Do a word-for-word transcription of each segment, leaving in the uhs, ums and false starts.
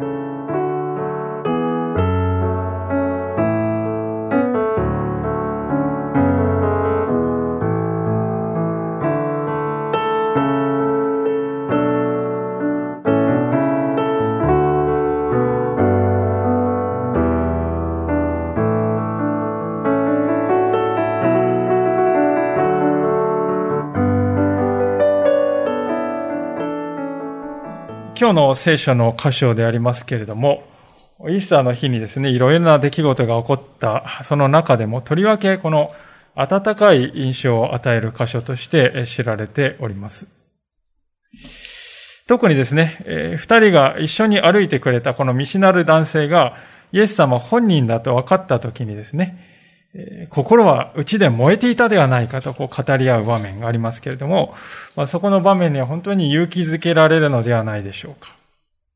今日の聖書の箇所でありますけれども、イースターの日にですね、いろいろな出来事が起こった、その中でもとりわけこの温かい印象を与える箇所として知られております。特にですね、えー、二人が一緒に歩いてくれたこの見知らぬ男性がイエス様本人だと分かったときにですね、えー、心は内で燃えていたではないかとこう語り合う場面がありますけれども、まあ、そこの場面には本当に勇気づけられるのではないでしょうか。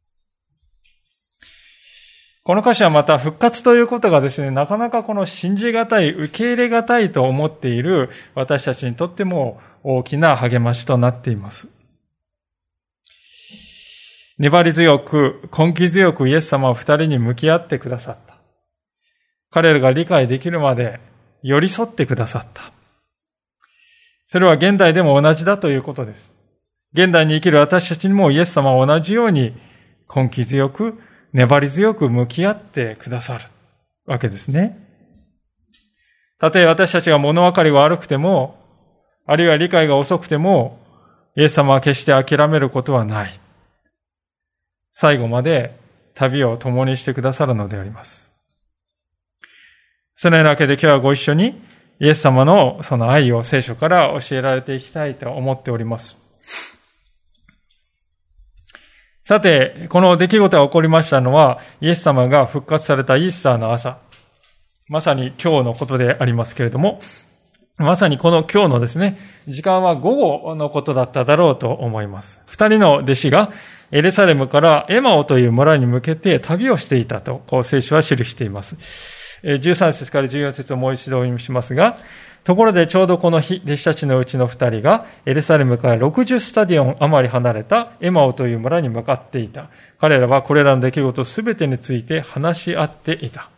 この箇所はまた復活ということがですね、なかなかこの信じがたい、受け入れがたいと思っている私たちにとっても大きな励ましとなっています。粘り強く、根気強くイエス様は二人に向き合ってくださった。彼らが理解できるまで寄り添ってくださった。それは現代でも同じだということです。現代に生きる私たちにもイエス様は同じように根気強く、粘り強く向き合ってくださるわけですね。たとえ私たちが物分かりが悪くても、あるいは理解が遅くても、イエス様は決して諦めることはない。最後まで旅を共にしてくださるのであります。そのようなわけで今日はご一緒にイエス様のその愛を聖書から教えられていきたいと思っております。さて、この出来事が起こりましたのは、イエス様が復活されたイースターの朝、まさに今日のことでありますけれども、まさにこの今日のですね、時間は午後のことだっただろうと思います。二人の弟子がエルサレムからエマオという村に向けて旅をしていたと、こう聖書は記しています。じゅうさん節からじゅうよん節をもう一度お読みしますが、ところでちょうどこの日、弟子たちのうちの二人がエルサレムからろくじゅっスタディオン余り離れたエマオという村に向かっていた。彼らはこれらの出来事すべてについて話し合っていた。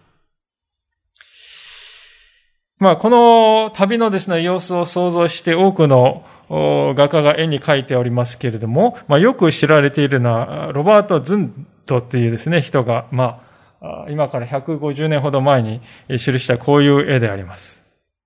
まあ、この旅のですね、様子を想像して多くの画家が絵に描いておりますけれども、まあ、よく知られているのは、ロバート・ズントというですね、人が、まあ、今からひゃくごじゅうねんほど前に記したこういう絵であります。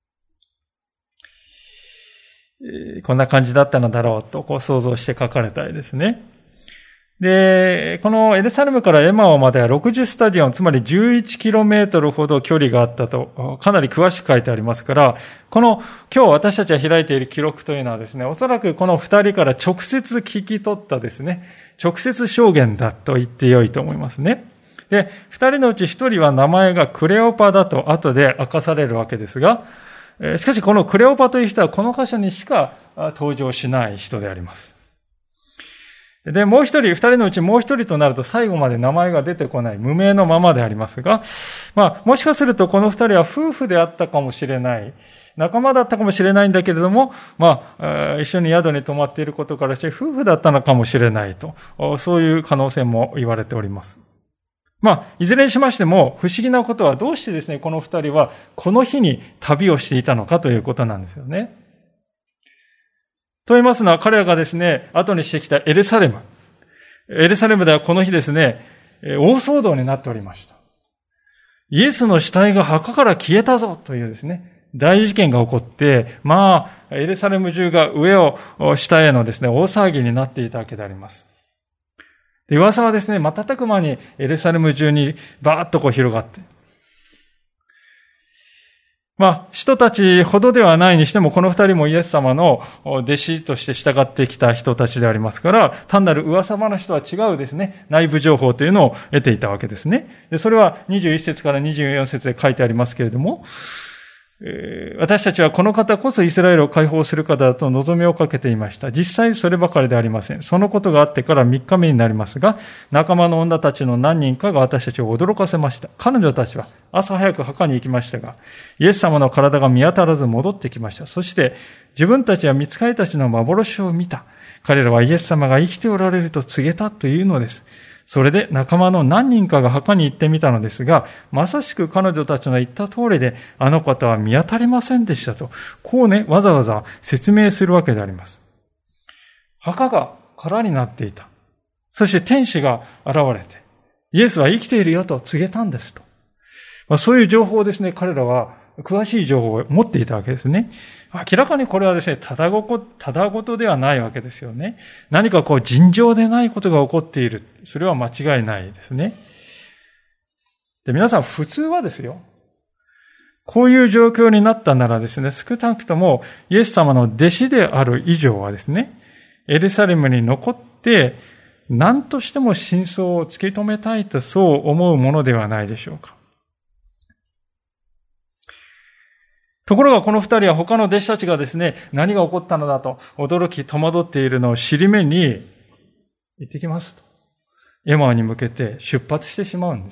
こんな感じだったのだろうと、こう想像して描かれた絵ですね。で、このエルサレムからエマオまではろくじゅっスタディオン、つまり じゅういちキロメートル ほど距離があったと、かなり詳しく書いてありますから、この今日私たちが開いている記録というのはですね、おそらくこの二人から直接聞き取ったですね、直接証言だと言ってよいと思いますね。で、二人のうち一人は名前がクレオパだと後で明かされるわけですが、しかしこのクレオパという人はこの箇所にしか登場しない人であります。で、もう一人、二人のうちもう一人となると最後まで名前が出てこない無名のままでありますが、まあ、もしかするとこの二人は夫婦であったかもしれない、仲間だったかもしれないんだけれども、まあ、一緒に宿に泊まっていることからして夫婦だったのかもしれないと、そういう可能性も言われております。まあ、いずれにしましても不思議なことはどうしてですね、この二人はこの日に旅をしていたのかということなんですよね。と言いますのは、彼らがですね、後にしてきたエルサレム。エルサレムではこの日ですね、大騒動になっておりました。イエスの死体が墓から消えたぞというですね、大事件が起こって、まあ、エルサレム中が上を下へのですね、大騒ぎになっていたわけであります。で、噂はですね、瞬く間にエルサレム中にバーッとこう広がって、まあ、人たちほどではないにしても、この二人もイエス様の弟子として従ってきた人たちでありますから、単なる噂話とは違うですね、内部情報というのを得ていたわけですね。で、それはにじゅういち節からにじゅうよん節で書いてありますけれども、えー、私たちはこの方こそイスラエルを解放する方だと望みをかけていました。実際そればかりではありません。そのことがあってからみっかめになりますが、仲間の女たちの何人かが私たちを驚かせました。彼女たちは朝早く墓に行きましたが、イエス様の体が見当たらず戻ってきました。そして自分たちは御使いたちの幻を見た。彼らはイエス様が生きておられると告げたというのです。 それで仲間の何人かが墓に行ってみたのですが、まさしく彼女たちの言った通りで、あの方は見当たりませんでしたと、こうね、わざわざ説明するわけであります。墓が空になっていた。そして天使が現れて、イエスは生きているよと告げたんですと。まあ、そういう情報をですね、彼らは詳しい情報を持っていたわけですね。明らかにこれはですね、ただごこ、ただごとではないわけですよね。何かこう尋常でないことが起こっている。それは間違いないですね。で、皆さん普通はですよ、こういう状況になったならですね、少なくともイエス様の弟子である以上はですね、エルサレムに残って、何としても真相を突き止めたいとそう思うものではないでしょうか。ところがこの二人は他の弟子たちがですね、何が起こったのだと驚き戸惑っているのを尻目に、行ってきますと。エマオに向けて出発してしまうんです。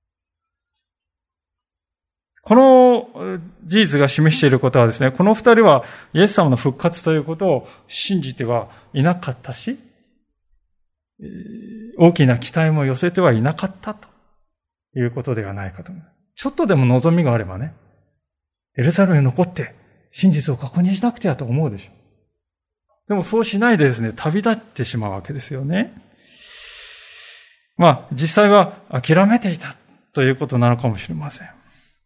この事実が示していることはですね、この二人はイエス様の復活ということを信じてはいなかったし、大きな期待も寄せてはいなかったということではないかと思います。ちょっとでも望みがあればね、エルサレムに残って真実を確認しなくてはと思うでしょう。でもそうしないでですね、旅立ってしまうわけですよね。まあ、実際は諦めていたということなのかもしれません。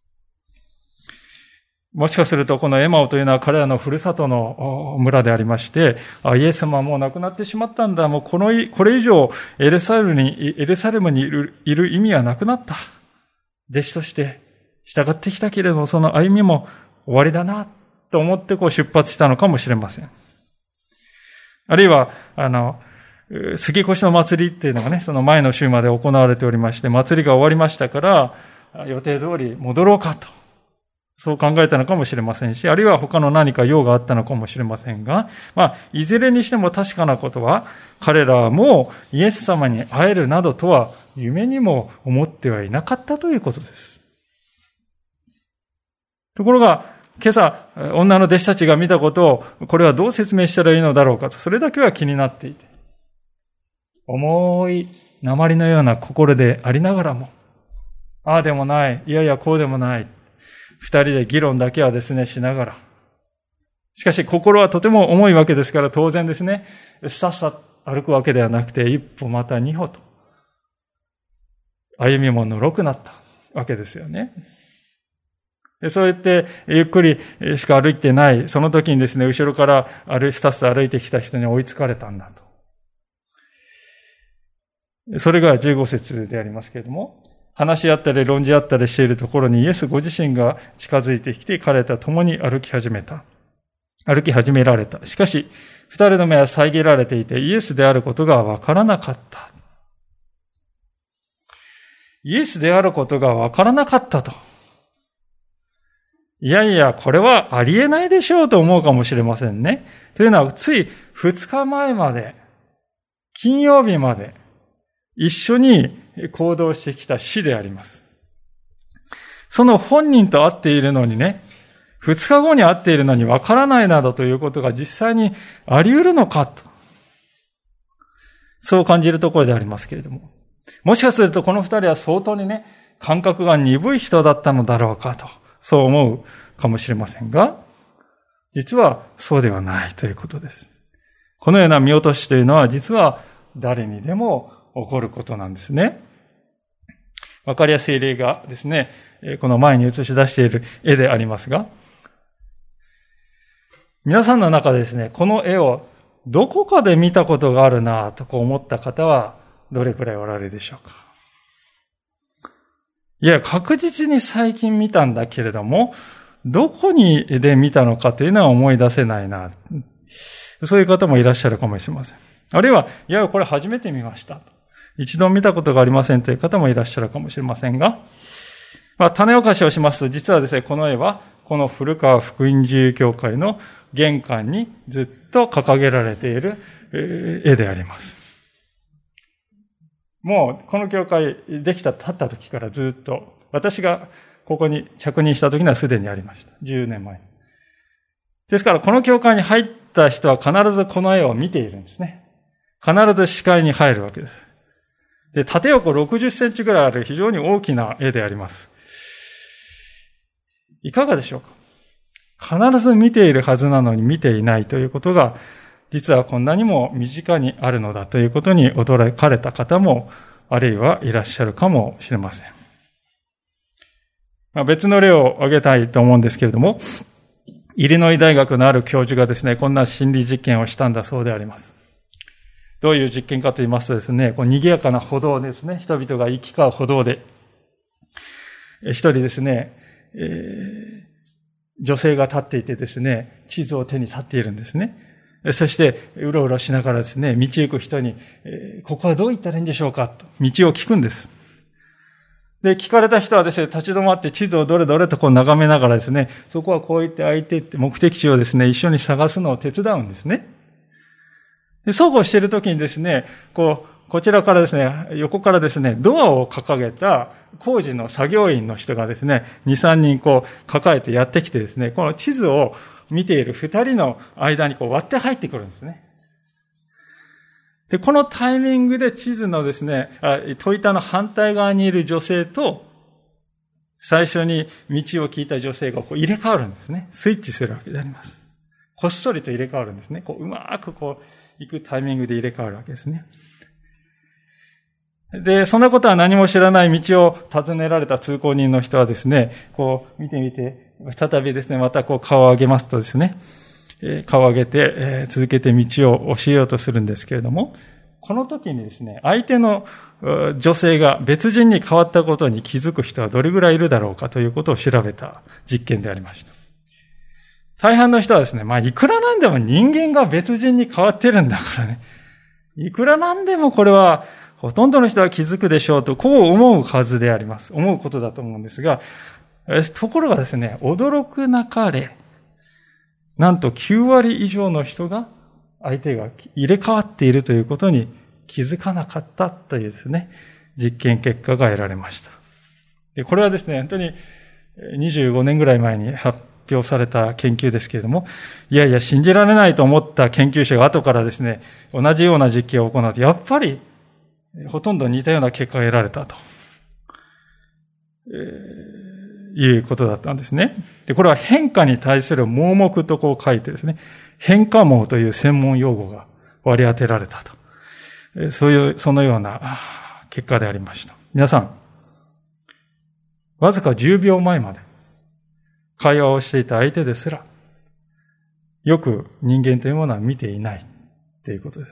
もしかするとこのエマオというのは彼らのふるさとの村でありまして、イエス様はもう亡くなってしまったんだ。もうこの、これ以上エルサレムに、エルサレムにいる、いる意味はなくなった。弟子として従ってきたけれども、その歩みも終わりだなと思ってこう出発したのかもしれません。あるいは、あの、杉越の祭りっていうのがね、その前の週まで行われておりまして、祭りが終わりましたから、予定通り戻ろうかと。そう考えたのかもしれませんし、あるいは他の何か用があったのかもしれませんが、まあ、いずれにしても確かなことは、彼らはもうイエス様に会えるなどとは夢にも思ってはいなかったということです。ところが、今朝、女の弟子たちが見たことを、これはどう説明したらいいのだろうかと、それだけは気になっていて、重い鉛のような心でありながらも、ああでもない、いやいやこうでもない、二人で議論だけはですね、しながら。しかし心はとても重いわけですから当然ですね、さっさ歩くわけではなくて一歩また二歩と、歩みものろくなったわけですよね。でそうやってゆっくりしか歩いてない、その時にですね、後ろから歩さっさ歩いてきた人に追いつかれたんだと。それがじゅうご節でありますけれども、話し合ったり論じ合ったりしているところにイエスご自身が近づいてきて彼と共に歩き始めた。歩き始められた。しかし、二人の目は遮られていてイエスであることがわからなかった。イエスであることがわからなかったと。いやいや、これはありえないでしょうと思うかもしれませんね。というのは、つい二日前まで、金曜日まで、一緒に行動してきた死であります。その本人と会っているのにね、二日後に会っているのにわからないなどということが実際にあり得るのかと。そう感じるところでありますけれども。もしかするとこの二人は相当にね、感覚が鈍い人だったのだろうかと、そう思うかもしれませんが、実はそうではないということです。このような見落としというのは実は誰にでも起こることなんですね。わかりやすい例がですね、この前に映し出している絵でありますが、皆さんの中でですね、この絵をどこかで見たことがあるなとこう思った方はどれくらいおられるでしょうか。いや、確実に最近見たんだけれども、どこにで見たのかというのは思い出せないな。そういう方もいらっしゃるかもしれません。あるいは、いや、これ初めて見ました。一度見たことがありませんという方もいらっしゃるかもしれませんが、まあ、種明かしをしますと、実はですね、この絵は、この古川福音自由教会の玄関にずっと掲げられている絵であります。もう、この教会できた、立った時からずっと、私がここに着任した時にはすでにありました。じゅうねんまえに。ですから、この教会に入った人は必ずこの絵を見ているんですね。必ず視界に入るわけです。 で、縦横ろくじゅっセンチぐらいある非常に大きな絵であります。いかがでしょうか？必ず見ているはずなのに見ていないということが、実はこんなにも身近にあるのだということに驚かれた方も、あるいはいらっしゃるかもしれません。まあ、別の例を挙げたいと思うんですけれども、イリノイ大学のある教授がですね、こんな心理実験をしたんだそうであります。どういう実験かと言いますとですね、こう賑やかな歩道ですね、人々が行き交う歩道で、一人ですね、えー女性が立っていてですね、地図を手に立っているんですね。そして、うろうろしながらですね、道行く人に、えー、ここはどう行ったらいいんでしょうかと、道を聞くんです。で、聞かれた人はですね、立ち止まって地図をどれどれとこう眺めながらですね、そこはこう言って相手って目的地をですね、一緒に探すのを手伝うんですね。で、そうこうしているときにですね、こう、こちらからですね、横からですね、ドアを掲げた工事の作業員の人がですね、に、さんにんこう抱えてやってきてですね、この地図を見ているふたりの間にこう割って入ってくるんですね。で、このタイミングで地図のですね、戸板の反対側にいる女性と、最初に道を聞いた女性がこう入れ替わるんですね。スイッチするわけであります。こっそりと入れ替わるんですね。こううまくこう行くタイミングで入れ替わるわけですね。で、そんなことは何も知らない道を尋ねられた通行人の人はですね、こう見てみて、再びですね、またこう顔を上げますとですね、顔を上げて続けて道を教えようとするんですけれども、この時にですね、相手の女性が別人に変わったことに気づく人はどれぐらいいるだろうかということを調べた実験でありました。大半の人はですね、まあいくらなんでも人間が別人に変わってるんだからね、いくらなんでもこれはほとんどの人は気づくでしょうと、こう思うはずであります。思うことだと思うんですが、ところがですね、驚くなかれ、なんときゅうわり以上の人が相手が入れ替わっているということに気づかなかったというですね、実験結果が得られました。で、これはですね、本当ににじゅうごねんぐらい前に発表された研究ですけれども、いやいや信じられないと思った研究者が後からですね、同じような実験を行うと、やっぱりほとんど似たような結果が得られたと、えー、いうことだったんですね。で、これは変化に対する盲目とこう書いてですね、変化盲という専門用語が割り当てられたと。そういう、そのような結果でありました。皆さん、わずかじゅうびょうまえまで会話をしていた相手ですら、よく人間というものは見ていないということです。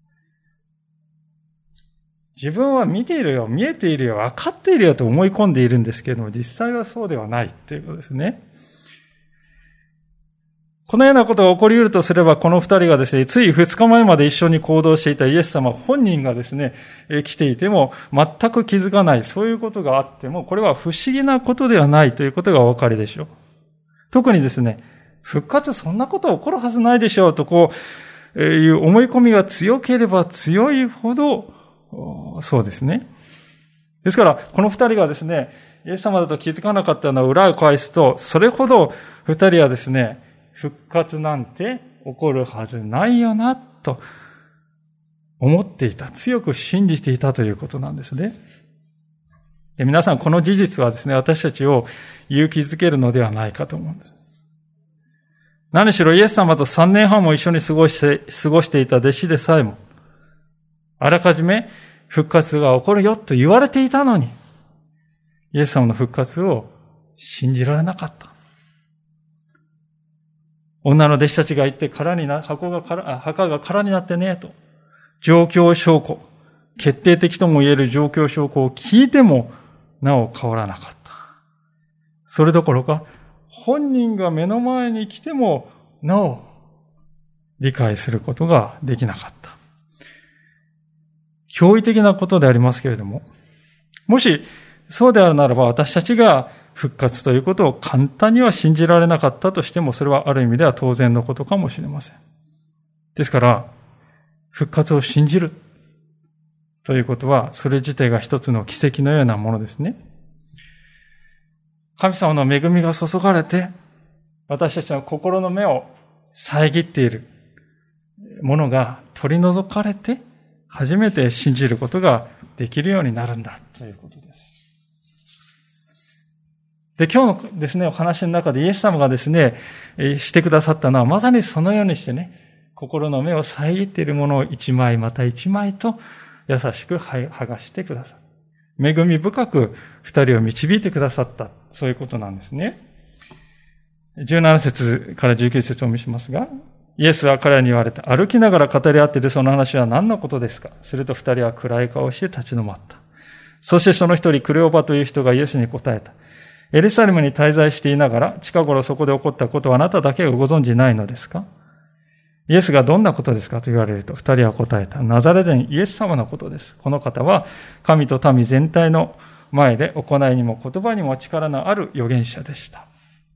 自分は見ているよ、見えているよ、分かっているよと思い込んでいるんですけれども、実際はそうではないということですね。このようなことが起こり得るとすれば、この二人がですね、つい二日前まで一緒に行動していたイエス様本人がですね、来ていても全く気づかない、そういうことがあっても、これは不思議なことではないということがお分かりでしょう。特にですね、復活そんなこと起こるはずないでしょうとこういう思い込みが強ければ強いほど、そうですね。ですから、この二人がですね、イエス様だと気づかなかったのを裏を返すと、それほど二人はですね、復活なんて起こるはずないよな、と思っていた。強く信じていたということなんですね。で、皆さん、この事実はですね、私たちを勇気づけるのではないかと思うんです。何しろイエス様とさんねんはんも一緒に過ごして、過ごしていた弟子でさえも、あらかじめ復活が起こるよと言われていたのに、イエス様の復活を信じられなかった。女の弟子たちが言って空にな、箱が空、墓が空になってねと、状況証拠、決定的とも言える状況証拠を聞いてもなお変わらなかった。それどころか、本人が目の前に来てもなお理解することができなかった。驚異的なことでありますけれども、もしそうであるならば私たちが復活ということを簡単には信じられなかったとしても、それはある意味では当然のことかもしれません。ですから、復活を信じるということは、それ自体が一つの奇跡のようなものですね。神様の恵みが注がれて、私たちの心の目を遮っているものが取り除かれて、 初めて信じることができるようになるんだということです。で、今日のですね、お話の中でイエス様がですね、してくださったのはまさにそのようにしてね、心の目を遮っているものを一枚また一枚と優しく剥がしてください。恵み深く二人を導いてくださった。そういうことなんですね。じゅうなな節からじゅうきゅう節をお見せしますが、イエスは彼らに言われた。歩きながら語り合っているその話は何のことですか？すると二人は暗い顔をして立ち止まった。そしてその一人、クレオパという人がイエスに答えた。エルサレムに滞在していながら、近頃そこで起こったことはあなただけがご存じないのですか？イエスがどんなことですかと言われると、二人は答えた。ナザレ人イエス様のことです。この方は、神と民全体の前で行いにも言葉にも力のある預言者でした。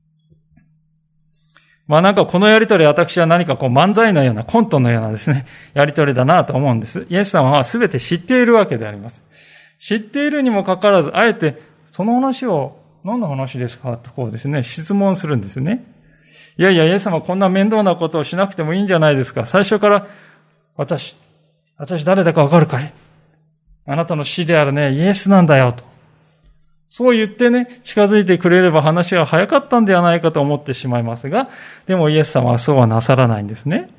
まあなんかこのやりとり、私は何かこう漫才のようなコントのようなですね、やりとりだなと思うんです。イエス様は全て知っているわけであります。知っているにもかかわらず、あえてその話を、何の話ですかとこうですね、質問するんですね。いやいや、イエス様こんな面倒なことをしなくてもいいんじゃないですか。最初から、私、私誰だかわかるかい？あなたの師であるね、イエスなんだよと。そう言ってね、近づいてくれれば話が早かったんではないかと思ってしまいますが、でもイエス様はそうはなさらないんですね。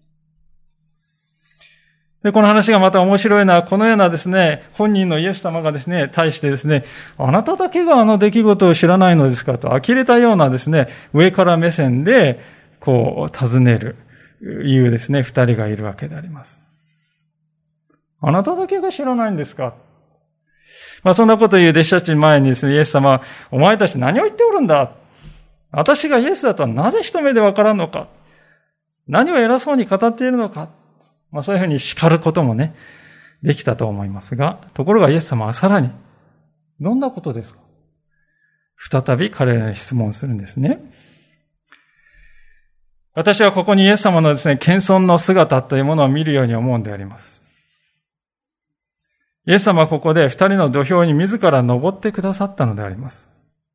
で、この話がまた面白いのは、このようなですね、本人のイエス様がですね、対してですね、あなただけがあの出来事を知らないのですかと、呆れたようなですね、上から目線で、こう、尋ねる、いうですね、二人がいるわけであります。あなただけが知らないんですか？まあそんなことを言う弟子たち前にですね、イエス様は、お前たち何を言っておるんだ？私がイエスだとはなぜ一目でわからんのか？何を偉そうに語っているのか？まあそういうふうに叱ることもね、できたと思いますが、ところがイエス様はさらに、どんなことですか？再び彼らに質問するんですね。私はここにイエス様のですね、謙遜の姿というものを見るように思うんであります。イエス様はここで二人の土俵に自ら登ってくださったのであります。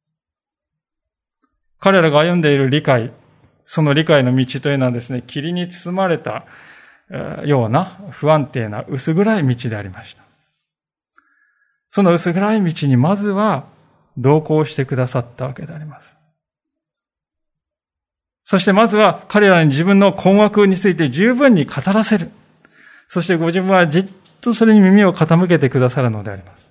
彼らが歩んでいる理解、その理解の道というのはですね、霧に包まれたような不安定な薄暗い道でありました。その薄暗い道にまずは同行してくださったわけであります。そしてまずは彼らに自分の困惑について十分に語らせる。そしてご自分はじっとそれに耳を傾けてくださるのであります。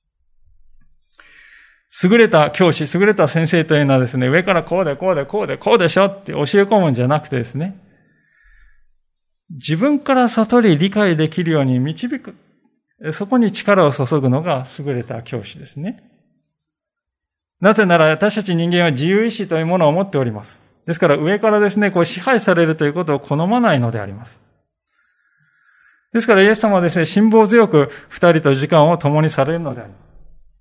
優れた教師、優れた先生というのはですね、上からこうでこうでこうでこうでしょって教え込むんじゃなくてですね、自分から悟り理解できるように導く。そこに力を注ぐのが優れた教師ですね。なぜなら私たち人間は自由意志というものを持っております。ですから上からですね、こう支配されるということを好まないのであります。ですからイエス様はですね、辛抱強く二人と時間を共にされるのであります。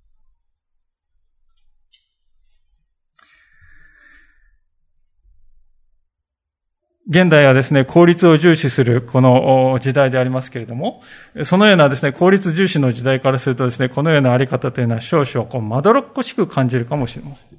現代はですね、効率を重視するこの時代でありますけれども、そのようなですね、効率重視の時代からするとですね、このようなあり方というのは少々こうまどろっこしく感じるかもしれません。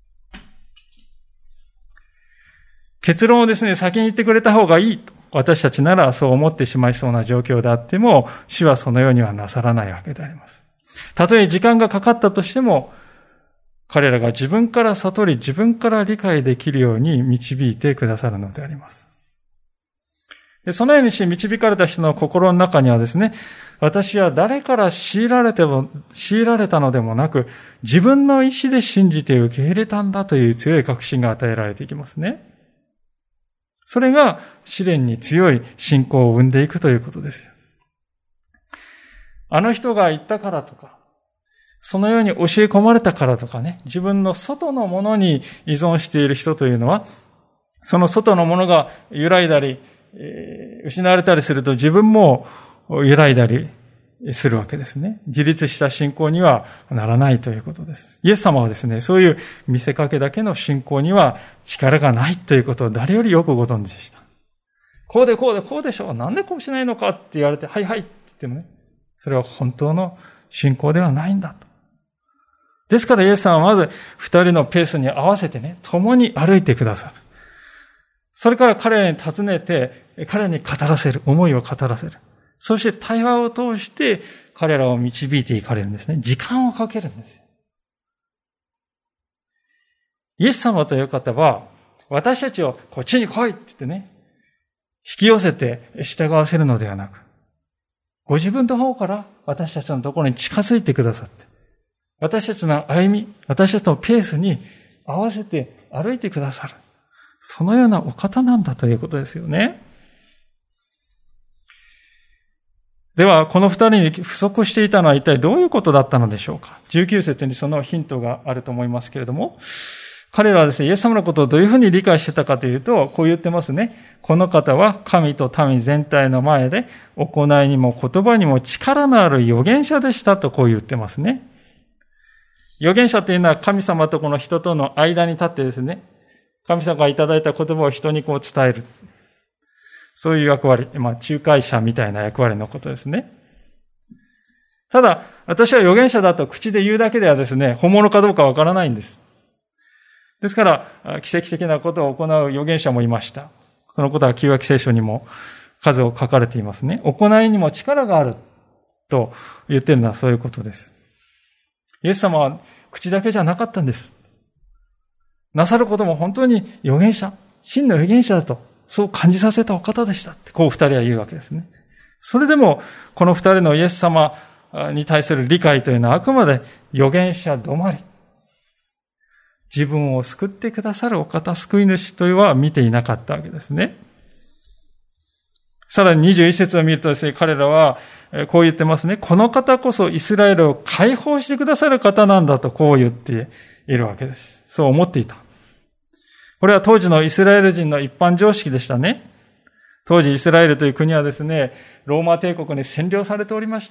結論をですね、先に言ってくれた方がいいと、私たちならそう思ってしまいそうな状況であっても、主はそのようにはなさらないわけであります。たとえ時間がかかったとしても、彼らが自分から悟り、自分から理解できるように導いてくださるのであります。でそのようにして導かれた人の心の中にはですね、私は誰から強いられても、強いられたのでもなく、自分の意志で信じて受け入れたんだという強い確信が与えられていきますね。それが試練に強い信仰を生んでいくということですよ。あの人が言ったからとか、そのように教え込まれたからとかね、自分の外のものに依存している人というのは、その外のものが揺らいだり、えー、失われたりすると自分も揺らいだりするわけですね。自立した信仰にはならないということです。イエス様はですね、そういう見せかけだけの信仰には力がないということを誰よりよくご存知でした。こうでこうでこうでしょう。なんでこうしないのかって言われて、はいはいって言ってもね、それは本当の信仰ではないんだと。ですからイエス様はまず二人のペースに合わせてね、共に歩いてくださる。それから彼らに尋ねて、彼らに語らせる、思いを語らせる。 そして対話を通して彼らを導いていかれるんですね。時間をかけるんです。イエス様という方は、私たちをこっちに来いって言ってね、引き寄せて従わせるのではなく、ご自分の方から私たちのところに近づいてくださって、私たちの歩み、私たちのペースに合わせて歩いてくださる。そのようなお方なんだということですよね。では、この二人に不足していたのは一体どういうことだったのでしょうか。じゅうきゅう節にそのヒントがあると思いますけれども、彼らはですね、イエス様のことをどういうふうに理解してたかというと、こう言ってますね。この方は神と民全体の前で、行いにも言葉にも力のある預言者でしたとこう言ってますね。預言者というのは神様とこの人との間に立ってですね、神様がいただいた言葉を人にこう伝える。そういう役割、まあ仲介者みたいな役割のことですね。ただ、私は預言者だと口で言うだけではですね、本物かどうかわからないんです。ですから、奇跡的なことを行う預言者もいました。そのことは旧約聖書にも数を書かれていますね。行いにも力があると言っているのはそういうことです。イエス様は口だけじゃなかったんです。なさることも本当に預言者、真の預言者だと、そう感じさせたお方でしたって、こう二人は言うわけですね。それでも、この二人のイエス様に対する理解というのはあくまで預言者止まり。自分を救ってくださるお方、救い主というは見ていなかったわけですね。さらににじゅういち節を見るとですね、彼らはこう言ってますね。この方こそイスラエルを解放してくださる方なんだとこう言っているわけです。そう思っていた。これは当時のイスラエル人の一般常識でしたね。当時イスラエルという国はですね、ローマ帝国に占領されておりました。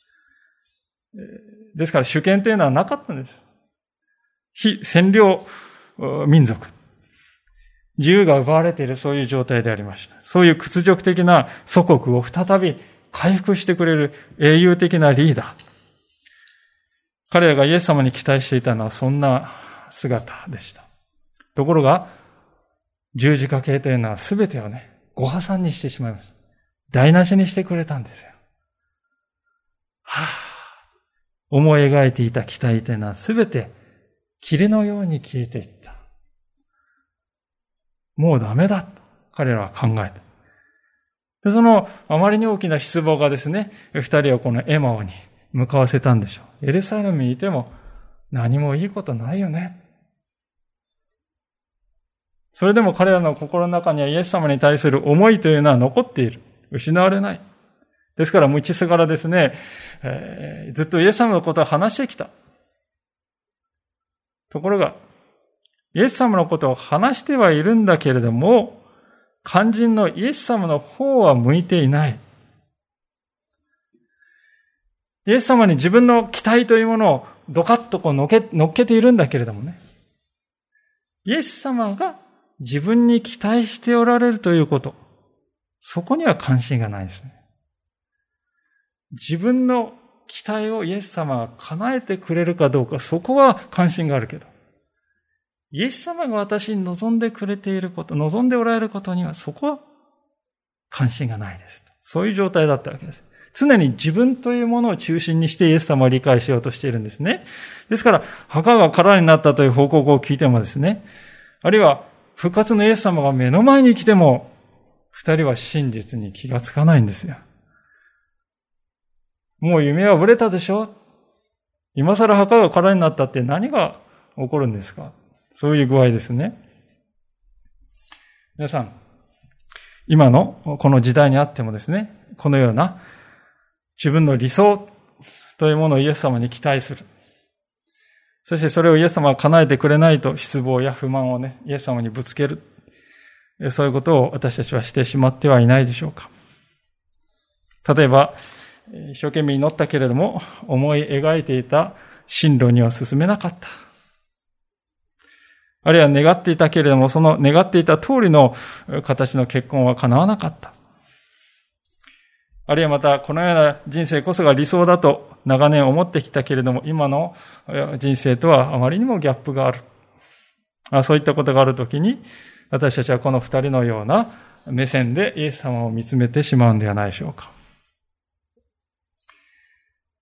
ですから主権というのはなかったんです。非占領民族。自由が奪われているそういう状態でありました。そういう屈辱的な祖国を再び回復してくれる英雄的なリーダー。彼らがイエス様に期待していたのはそんな姿でした。ところが、十字架系というのは全てをね、ご破産にしてしまいました。台無しにしてくれたんですよ。はぁ、思い描いていた期待というのは全て霧のように消えていった。もうダメだと彼らは考えた。で、そのあまりに大きな失望がですね、二人をこのエマオに向かわせたんでしょう。エルサレムにいても何もいいことないよね。それでも彼らの心の中にはイエス様に対する思いというのは残っている。失われない。ですから、道すがらですね、えー、ずっとイエス様のことを話してきた。ところが、イエス様のことを話してはいるんだけれども、肝心のイエス様の方は向いていない。イエス様に自分の期待というものをドカッとこう乗っけ、乗っけているんだけれどもね。イエス様が自分に期待しておられるということ、そこには関心がないですね。自分の期待をイエス様が叶えてくれるかどうか、そこは関心があるけど、イエス様が私に望んでくれていること、望んでおられることには、そこは関心がないです。そういう状態だったわけです。常に自分というものを中心にしてイエス様を理解しようとしているんですね。ですから、墓が空になったという報告を聞いてもですね、あるいは復活のイエス様が目の前に来ても、二人は真実に気がつかないんですよ。もう夢はぶれたでしょ？今更墓が空になったって何が起こるんですか？そういう具合ですね。皆さん、今のこの時代にあってもですね、このような自分の理想というものをイエス様に期待する。そしてそれをイエス様が叶えてくれないと失望や不満をね、イエス様にぶつける。そういうことを私たちはしてしまってはいないでしょうか。例えば、一生懸命祈ったけれども、思い描いていた進路には進めなかった。あるいは願っていたけれども、その願っていた通りの形の結婚は叶わなかった。あるいはまた、このような人生こそが理想だと長年思ってきたけれども、今の人生とはあまりにもギャップがある。そういったことがあるときに、私たちはこの二人のような目線でイエス様を見つめてしまうんではないでしょうか。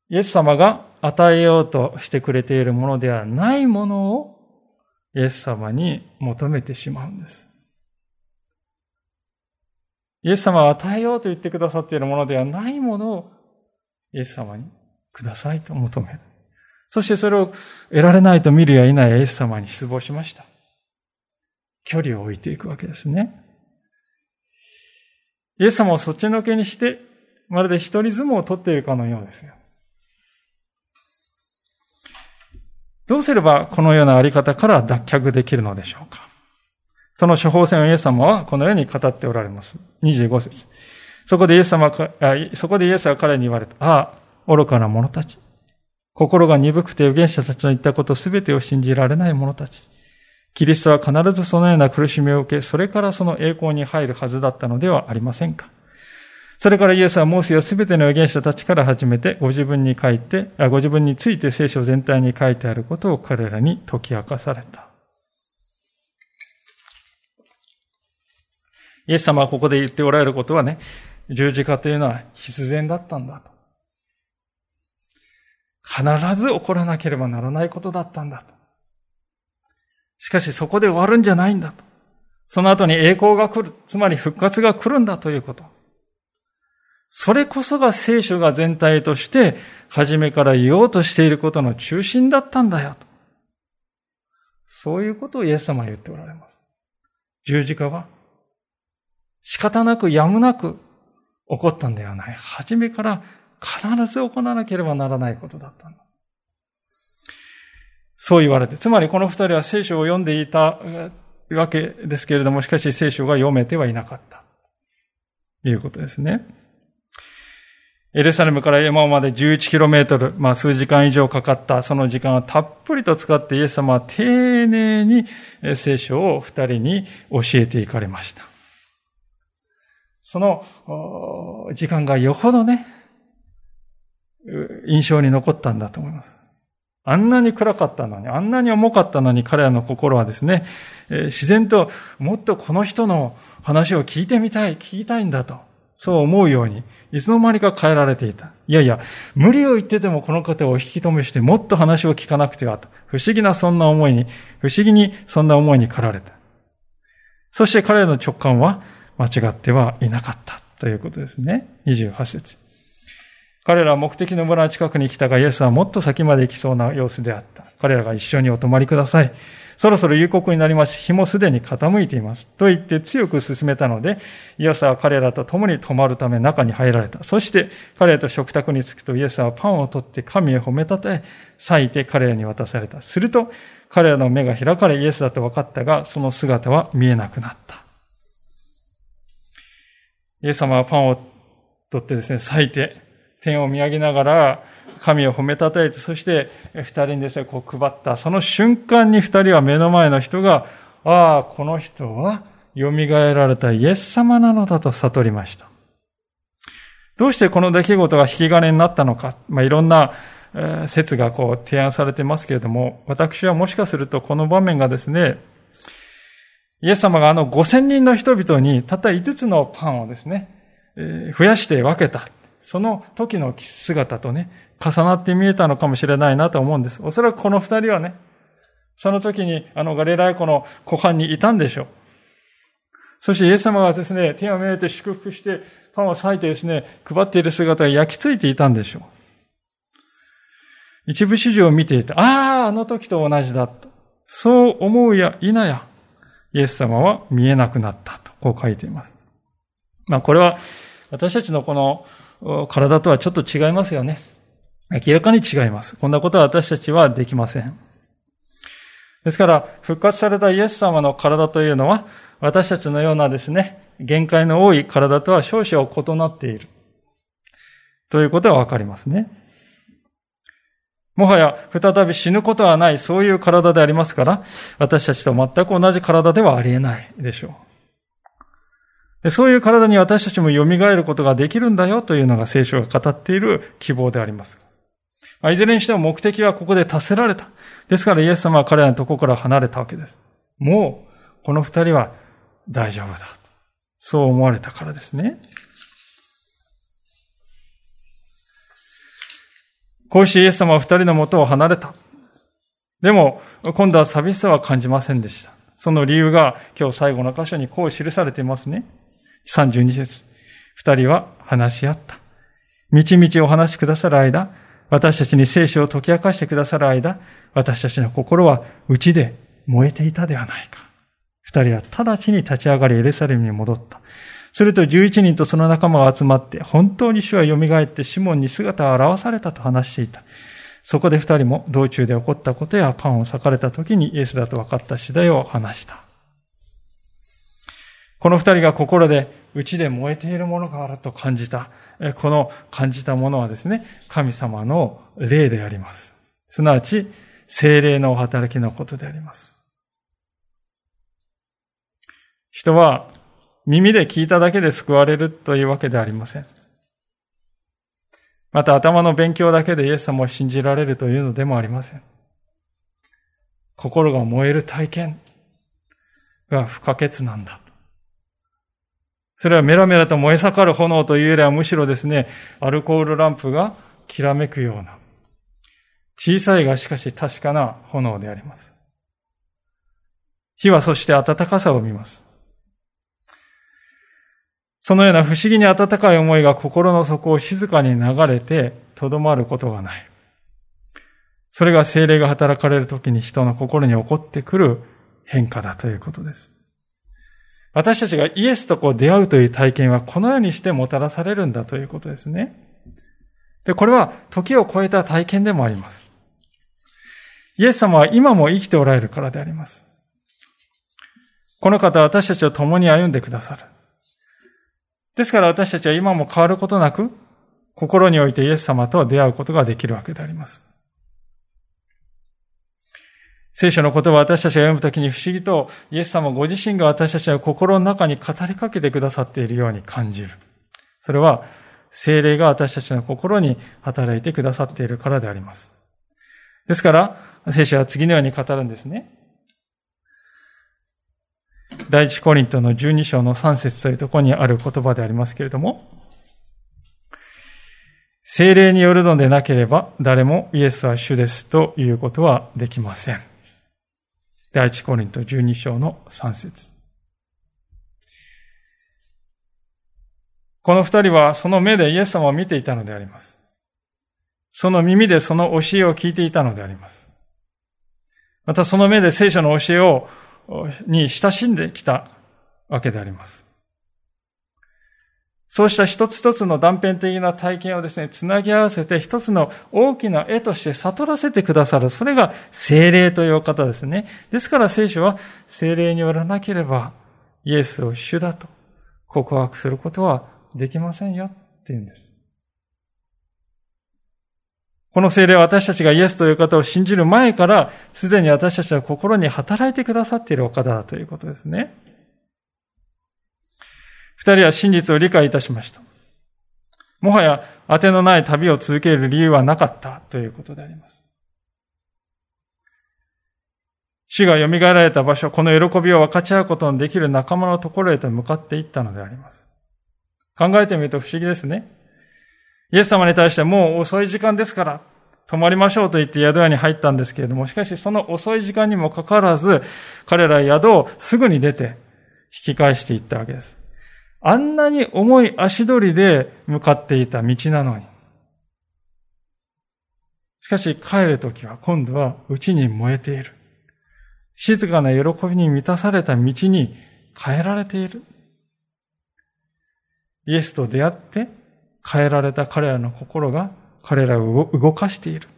イエス様が与えようとしてくれているものではないものをイエス様に求めてしまうんです。イエス様は与えようと言ってくださっているものではないものをイエス様にくださいと求める。そしてそれを得られないと見るや否やイエス様に失望しました。距離を置いていくわけですね。イエス様をそっちのけにして、まるで一人相撲を取っているかのようですよ。どうすればこのようなあり方から脱却できるのでしょうか。その処方箋をイエス様はこのように語っておられます。にじゅうご節。そこでイエス様か、そこでイエスは彼に言われた。ああ、愚かな者たち。心が鈍くて預言者たちの言ったことすべてを信じられない者たち。キリストは必ずそのような苦しみを受け、それからその栄光に入るはずだったのではありませんか。それからイエスはモーセやすべての預言者たちから始めて、ご自分に書いて、ご自分について聖書全体に書いてあることを彼らに解き明かされた。イエス様はここで言っておられることはね、十字架というのは必然だったんだと。必ず起こらなければならないことだったんだと。しかしそこで終わるんじゃないんだと。その後に栄光が来る、つまり復活が来るんだということ。それこそが聖書が全体として初めから言おうとしていることの中心だったんだよと。そういうことをイエス様は言っておられます。十字架は仕方なくやむなく起こったんではない。初めから必ず行わなければならないことだったんだ。そう言われて、つまりこの二人は聖書を読んでいたわけですけれども、しかし聖書が読めてはいなかった。ということですね。エルサレムからエマオまで じゅういちキロメートル、まあ数時間以上かかったその時間をたっぷりと使ってイエス様は丁寧に聖書を二人に教えていかれました。その時間がよほどね、印象に残ったんだと思います。あんなに暗かったのに、あんなに重かったのに彼らの心はですね、自然ともっとこの人の話を聞いてみたい、聞きたいんだと、そう思うように、いつの間にか変えられていた。いやいや、無理を言っててもこの方を引き止めして、もっと話を聞かなくてはと、不思議なそんな思いに、不思議にそんな思いに駆られた。そして彼らの直感は間違ってはいなかったということですね。にじゅうはち節。彼らは目的の村の近くに来たが、イエスはもっと先まで行きそうな様子であった。彼らが一緒にお泊まりください。そろそろ夕刻になります。日もすでに傾いています。と言って強く進めたので、イエスは彼らと共に泊まるため中に入られた。そして彼らと食卓に着くとイエスはパンを取って神へ褒めたたえ、裂いて彼らに渡された。すると彼らの目が開かれイエスだと分かったが、その姿は見えなくなった。イエス様はパンを取ってですね、裂いて、天を見上げながら神を褒めたたえて、そして二人にですね、こう配った。その瞬間に二人は目の前の人が、ああ、この人は蘇られたイエス様なのだと悟りました。どうしてこの出来事が引き金になったのか。まあ、いろんな説がこう提案されていますけれども、私はもしかするとこの場面がですね、イエス様があのごせんにんの人々にたったいつつのパンをですね、増やして分けた。その時の姿とね、重なって見えたのかもしれないなと思うんです。おそらくこの二人はね、その時にあのガリラヤ湖の湖畔にいたんでしょう。そしてイエス様がですね、天を見上げて祝福してパンを裂いてですね、配っている姿が焼き付いていたんでしょう。一部始終を見ていて、ああ、あの時と同じだと。そう思うや否や、イエス様は見えなくなったと、こう書いています。まあこれは私たちのこの体とはちょっと違いますよね。明らかに違います。こんなことは私たちはできません。ですから、復活されたイエス様の体というのは、私たちのようなですね、限界の多い体とは少々異なっている。ということはわかりますね。もはや再び死ぬことはない、そういう体でありますから、私たちと全く同じ体ではありえないでしょう。そういう体に私たちも蘇ることができるんだよというのが聖書が語っている希望であります。いずれにしても目的はここで達せられた。ですからイエス様は彼らのところから離れたわけです。もうこの二人は大丈夫だ。そう思われたからですね。 こうしてイエス様は二人の元を離れた。でも、今度は寂しさは感じませんでした。その理由が今日最後の箇所にこう記されていますね。さんじゅうに節。二人は話し合った。みちみちお話しくださる間、私たちに聖書を解き明かしてくださる間、私たちの心は内で燃えていたではないか。二人は直ちに立ち上がりエルサレムに戻った。すると十一人とその仲間が集まって、本当に主は蘇ってシモンに姿を現されたと話していた。そこで二人も道中で起こったことやパンを裂かれた時にイエスだと分かった次第を話した。この二人が心で内で燃えているものがあると感じた。この感じたものはですね、神様の霊であります。すなわち、聖霊のお働きのことであります。人は耳で聞いただけで救われるというわけではありません。また頭の勉強だけでイエス様を信じられるというのでもありません。心が燃える体験が不可欠なんだ。それはメラメラと燃え盛る炎というよりはむしろですね、アルコールランプがきらめくような、小さいがしかし確かな炎であります。火はそして温かさを見ます。そのような不思議に温かい思いが心の底を静かに流れてとどまることがない。それが聖霊が働かれるときに人の心に起こってくる変化だということです。私たちがイエスとこう出会うという体験はこのようにしてもたらされるんだということですね。で、これは時を超えた体験でもあります。イエス様は今も生きておられるからであります。この方は私たちを共に歩んでくださる。ですから私たちは今も変わることなく、心においてイエス様と出会うことができるわけであります。聖書の言葉を私たちが読むときに不思議とイエス様ご自身が私たちの心の中に語りかけてくださっているように感じる。それは聖霊が私たちの心に働いてくださっているからであります。ですから聖書は次のように語るんですね。第一コリントのじゅうに章のさん節というところにある言葉でありますけれども、聖霊によるのでなければ誰もイエスは主ですということはできません。第一コリントじゅうに章のさん節。この二人はその目でイエス様を見ていたのであります。その耳でその教えを聞いていたのであります。またその目で聖書の教えをに親しんできたわけであります。そうした一つ一つの断片的な体験をですね、つなぎ合わせて一つの大きな絵として悟らせてくださる。それが聖霊というお方ですね。ですから聖書は聖霊によらなければイエスを主だと告白することはできませんよっていうんです。この聖霊は私たちがイエスという方を信じる前からすでに私たちの心に働いてくださっているお方だということですね。二人は真実を理解いたしました。もはや当てのない旅を続ける理由はなかったということであります。主が蘇られた場所、この喜びを分かち合うことのできる仲間のところへと向かっていったのであります。考えてみると不思議ですね。イエス様に対してもう遅い時間ですから泊まりましょうと言って宿屋に入ったんですけれども、しかしその遅い時間にもかかわらず彼らは宿をすぐに出て引き返していったわけです。あんなに重い足取りで向かっていた道なのに。しかし帰るときは今度は内に燃えている。静かな喜びに満たされた道に変えられている。イエスと出会って変えられた彼らの心が彼らを動かしている。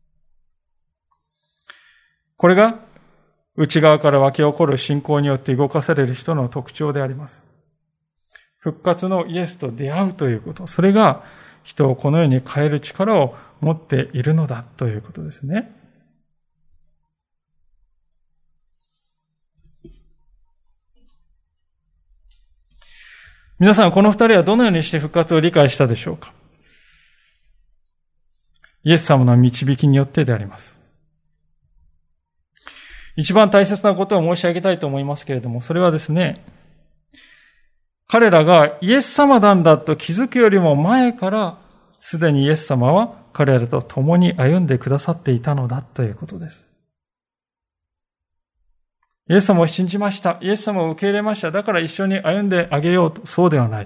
これが内側から湧き起こる信仰によって動かされる人の特徴であります。復活のイエスと出会うということ、それが人をこのように変える力を持っているのだということですね。皆さん、この二人はどのようにして復活を理解したでしょうか。イエス様の導きによってであります。一番大切なことを申し上げたいと思いますけれども、それはですね、彼らがイエス様なんだと気づくよりも前からすでにイエス様は彼らと共に歩んでくださっていたのだということです。イエス様を信じました。イエス様を受け入れました。だから一緒に歩んであげようと。そうではない。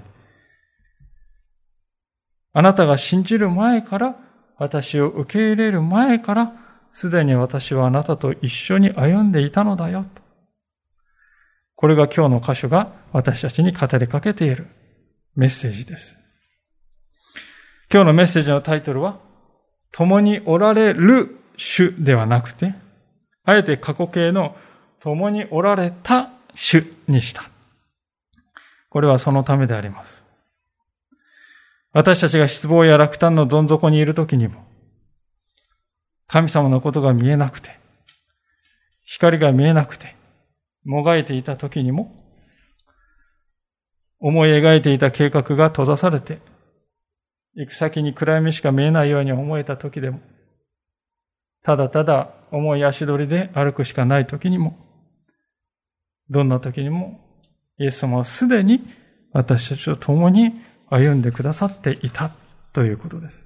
あなたが信じる前から、私を受け入れる前から、すでに私はあなたと一緒に歩んでいたのだよと。これが今日の箇所が私たちに語りかけているメッセージです。今日のメッセージのタイトルは、共におられる主ではなくて、あえて過去形の共におられた主にした。これはそのためであります。私たちが失望や落胆のどん底にいるときにも、神様のことが見えなくて、光が見えなくて、もがいていたときにも、思い描いていた計画が閉ざされて、行く先に暗闇しか見えないように思えたときでも、ただただ重い足取りで歩くしかないときにも、どんなときにも、イエス様はすでに私たちと共に歩んでくださっていたということです。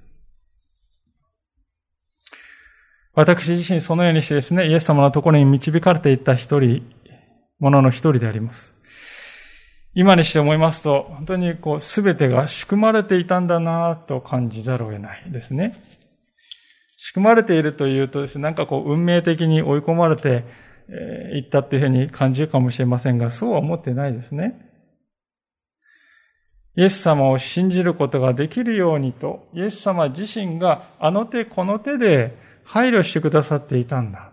私自身そのようにしてですね、イエス様のところに導かれていった一人、ものの一人であります。今にして思いますと、本当にこう、すべてが仕組まれていたんだなぁと感じざるを得ないですね。仕組まれているというとですね、なんかこう、運命的に追い込まれていったっていうふうに感じるかもしれませんが、そうは思ってないですね。イエス様を信じることができるようにと、イエス様自身があの手この手で配慮してくださっていたんだ。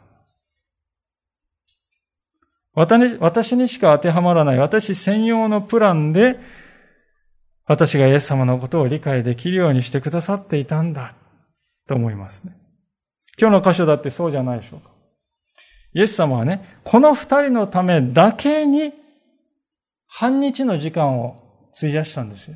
私にしか当てはまらない私専用のプランで私がイエス様のことを理解できるようにしてくださっていたんだと思いますね。今日の箇所だってそうじゃないでしょうか。イエス様はね、この二人のためだけに半日の時間を費やしたんですよ。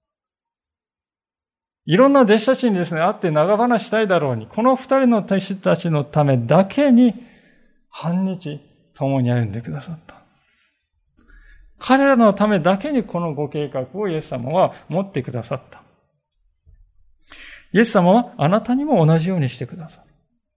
いろんな弟子たちにですね、会って長話したいだろうに、この二人の弟子たちのためだけに半日共に歩んでくださった。彼らのためだけにこのご計画をイエス様は持ってくださった。イエス様はあなたにも同じようにしてくださる。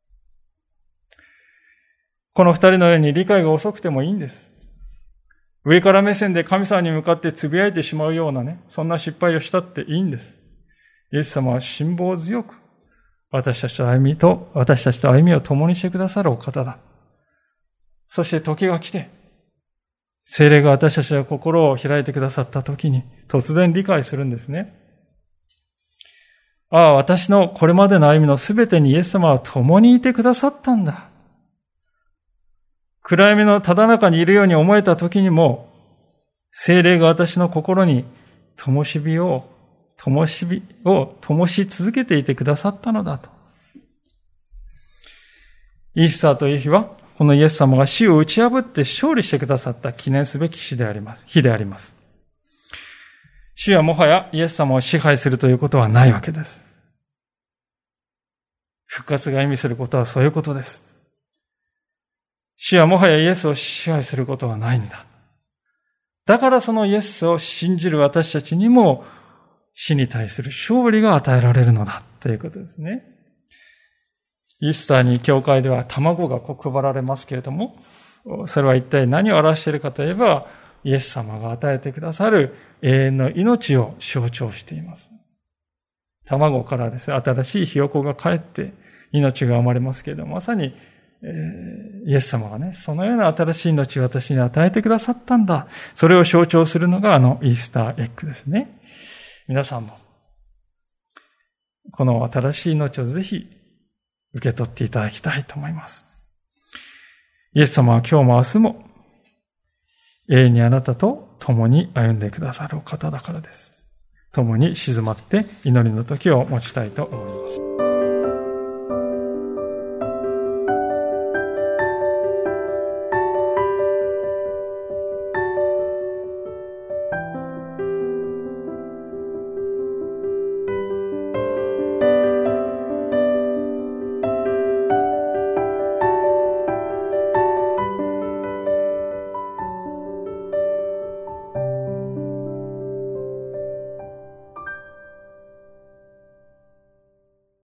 この二人のように理解が遅くてもいいんです。上から目線で神様に向かってつぶやいてしまうようなね、そんな失敗をしたっていいんです。イエス様は辛抱強く、私たちと歩みと、私たちと歩みを共にしてくださるお方だ。そして時が来て、聖霊が私たちの心を開いてくださった時に、突然理解するんですね。ああ、私のこれまでの歩みのすべてにイエス様は共にいてくださったんだ。暗闇のただ中にいるように思えた時にも、聖霊が私の心に灯火を、灯火を灯し続けていてくださったのだと。イースターという日は、このイエス様が死を打ち破って勝利してくださった記念すべき日であります。日であります。死はもはやイエス様を支配するということはないわけです。復活が意味することはそういうことです。死はもはやイエスを支配することはないんだ。だからそのイエスを信じる私たちにも死に対する勝利が与えられるのだということですね。イースターに教会では卵が配られますけれども、それは一体何を表しているかといえば、イエス様が与えてくださる永遠の命を象徴しています。卵からですね、新しいひよこが帰って命が生まれますけれども、まさに、えー、イエス様がね、そのような新しい命を私に与えてくださったんだ。それを象徴するのがあのイースターエッグですね。皆さんも、この新しい命をぜひ受け取っていただきたいと思います。イエス様は今日も明日も永遠にあなたと共に歩んでくださるお方だからです。共に静まって祈りの時を持ちたいと思います。